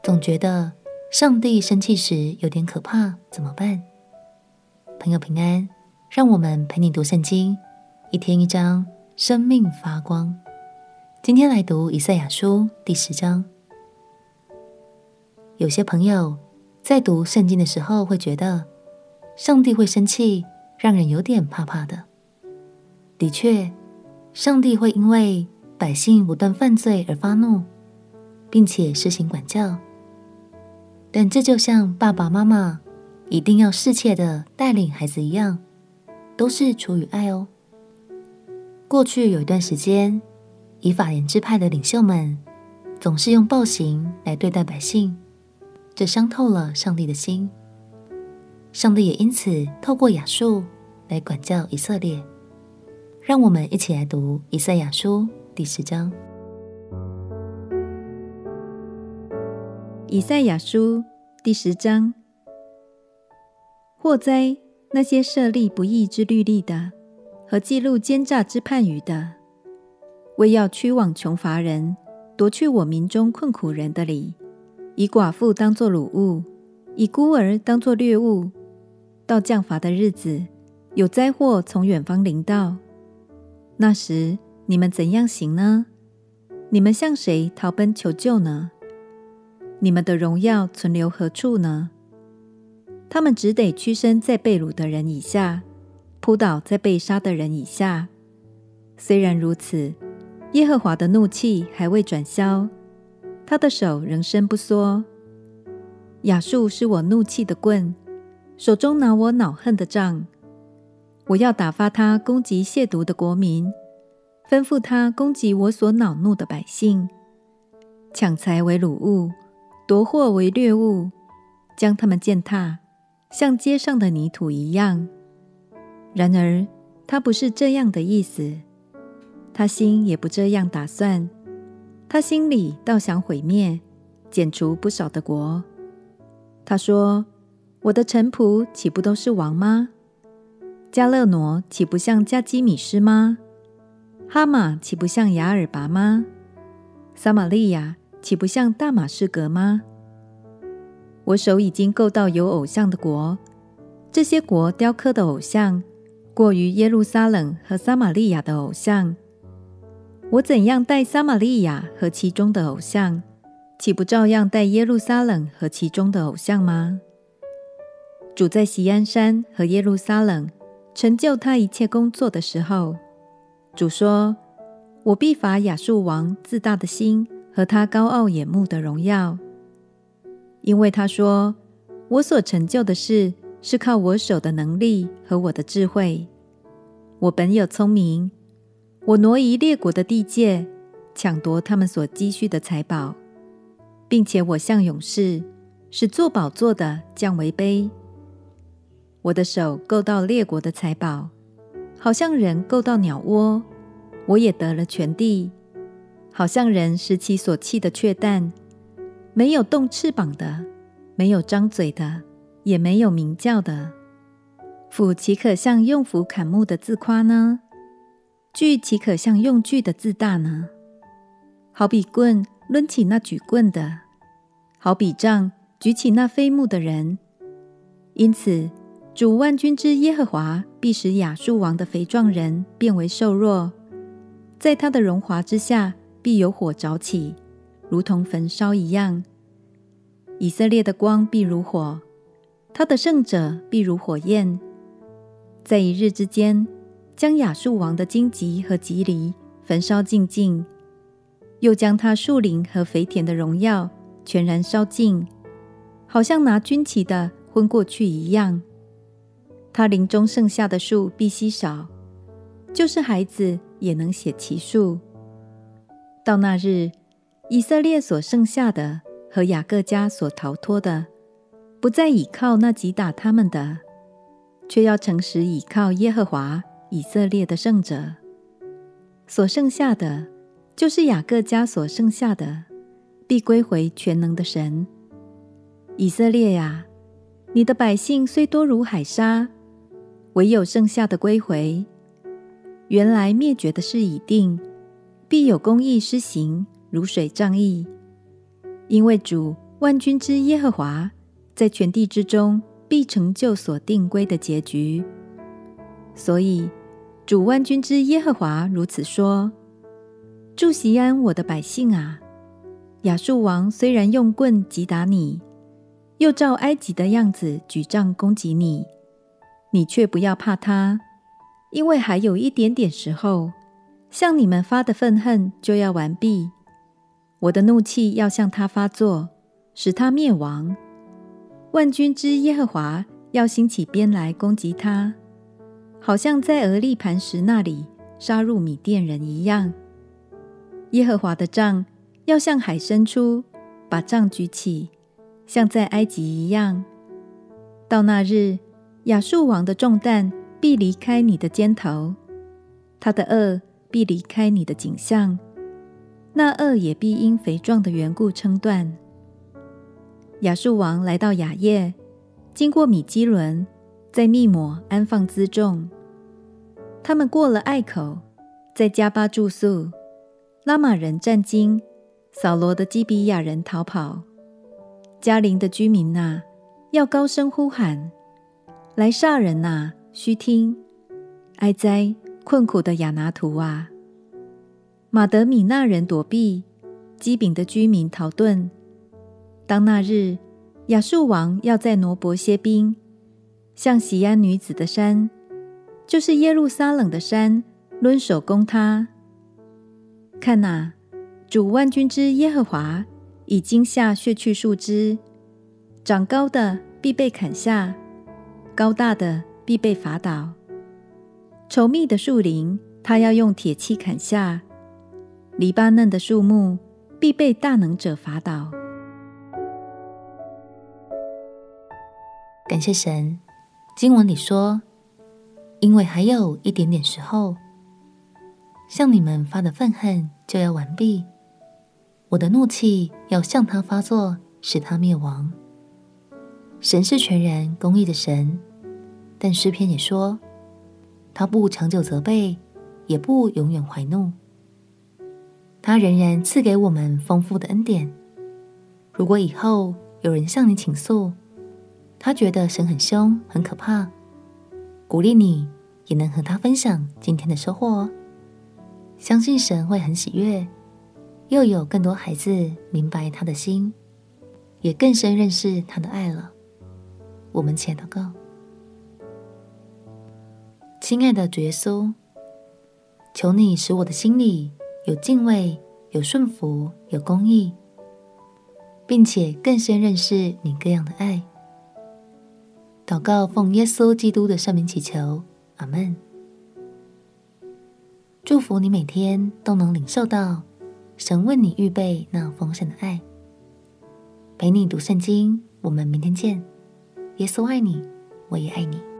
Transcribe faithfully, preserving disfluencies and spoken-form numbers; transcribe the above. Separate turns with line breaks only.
总觉得上帝生气时有点可怕，怎么办？朋友平安，让我们陪你读圣经，一天一章，生命发光。今天来读以赛亚书第十章。有些朋友在读圣经的时候会觉得上帝会生气，让人有点怕怕的。的确，上帝会因为百姓不断犯罪而发怒，并且施行管教。但这就像爸爸妈妈一定要适切的带领孩子一样，都是出于爱哦。过去有一段时间，以法莲支派的领袖们总是用暴行来对待百姓，这伤透了上帝的心。上帝也因此透过亚述来管教以色列。让我们一起来读以赛亚书第十章。
以赛亚书第十章。祸哉，那些设立不义之律例的，和记录奸诈之判语的，为要屈枉穷乏人，夺去我民中困苦人的理，以寡妇当作掳物，以孤儿当作掠物。到降罚的日子，有灾祸从远方临到。那时你们怎样行呢？你们向谁逃奔求救呢？你们的荣耀存留何处呢？他们只得屈身在被掳的人以下，扑倒在被杀的人以下。虽然如此，耶和华的怒气还未转消，他的手仍伸不缩。亚述是我怒气的棍，手中拿我恼恨的杖。我要打发他攻击亵渎的国民，吩咐他攻击我所恼怒的百姓，抢财为掳物，夺货为掠物，将他们践踏，像街上的泥土一样。然而他不是这样的意思，他心也不这样打算，他心里倒想毁灭，剪除不少的国。他说：我的臣仆岂不都是王吗？迦勒挪岂不像加基米施吗？哈马岂不像雅尔拔吗？撒玛利亚岂不像大马士革吗？我手已经够到有偶像的国，这些国雕刻的偶像过于耶路撒冷和撒玛利亚的偶像。我怎样待撒玛利亚和其中的偶像，岂不照样待耶路撒冷和其中的偶像吗？主在锡安山和耶路撒冷成就他一切工作的时候，主说：我必罚亚述王自大的心和他高傲眼目的荣耀，因为他说：我所成就的事是靠我手的能力和我的智慧。我本有聪明，我挪移列国的地界，抢夺他们所积蓄的财宝，并且我像勇士，使坐宝座的降为卑。我的手够到列国的财宝，好像人够到鸟窝，我也得了全地，好像人拾其所弃的雀蛋，没有动翅膀的，没有张嘴的，也没有鸣叫的。斧岂可像用斧砍木的自夸呢？锯岂可像用锯的自大呢？好比棍抡起那举棍的，好比杖举起那飞木的人。因此主万军之耶和华必使亚述王的肥壮人变为瘦弱，在他的荣华之下必有火着起，如同焚烧一样。以色列的光必如火，他的圣者必如火焰。在一日之间，将亚述王的荆棘和棘藜焚烧净尽，又将他树林和肥田的荣耀全然烧尽，好像拿军旗的昏过去一样。他林中剩下的树必稀少，就是孩子也能写其数。到那日，以色列所剩下的和雅各家所逃脱的，不再倚靠那击打他们的，却要诚实倚靠耶和华以色列的圣者。所剩下的，就是雅各家所剩下的，必归回全能的神。以色列啊，你的百姓虽多如海沙，唯有剩下的归回。原来灭绝的事已定，必有公义施行，如水涨溢。因为主万军之耶和华在全地之中必成就所定规的结局。所以主万军之耶和华如此说：住锡安我的百姓啊，亚述王虽然用棍击打你，又照埃及的样子举杖攻击你，你却不要怕他，因为还有一点点时候，向你们发的愤恨就要完毕，我的怒气要向他发作，使他灭亡。万军之耶和华要兴起鞭来攻击他，好像在俄利磐石那里杀入米甸人一样。耶和华的杖要向海伸出，把杖举起，像在埃及一样。到那日，亚述王的重担必离开你的肩头，他的恶必离开你的颈项，那恶也必因肥壮的缘故撑断。亚述王来到雅业，经过米基伦，在密抹安放辎重。他们过了隘口，在加巴住宿，拉玛人战惊，扫罗的基比亚人逃跑。迦陵的居民啊，要高声呼喊，来煞人啊，须听！哀哉，困苦的亚拿图啊！马德米那人躲避，基丙的居民逃遁。当那日，亚述王要在挪伯歇兵，向锡安女子的山，就是耶路撒冷的山，抡手攻他。看啊，主万军之耶和华已经下血去树枝，长高的必被砍下，高大的必被伐倒。稠密的树林，他要用铁器砍下；黎巴嫩的树木必被大能者伐倒。
感谢神，经文里说，因为还有一点点时候，向你们发的愤恨就要完毕，我的怒气要向他发作，使他灭亡。神是全然公义的神，但诗篇也说，他不长久责备，也不永远怀怒，他仍然赐给我们丰富的恩典。如果以后有人向你倾诉，他觉得神很凶很可怕，鼓励你也能和他分享今天的收获哦。相信神会很喜悦，又有更多孩子明白他的心，也更深认识他的爱了。我们且祷告。亲爱的主耶稣，求你使我的心里有敬畏，有顺服，有公义，并且更深认识你各样的爱。祷告奉耶稣基督的圣名祈求，阿们。祝福你每天都能领受到神为你预备那丰盛的爱。陪你读圣经，我们明天见。耶稣爱你，我也爱你。